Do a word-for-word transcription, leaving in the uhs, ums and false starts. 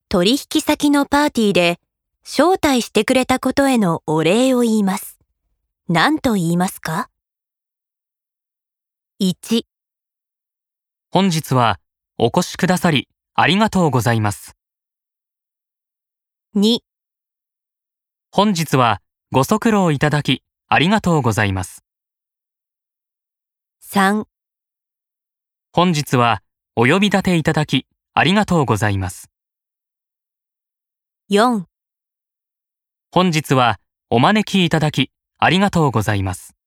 取引先のパーティーで招待してくれたことへのお礼を言います。何と言いますか？ いち、 本日はお越しくださりありがとうございます。 に、 本日はご足労いただきありがとうございます。 さん、 本日はお呼び立ていただきありがとうございます。 よん、 本日はお招きいただきありがとうございます。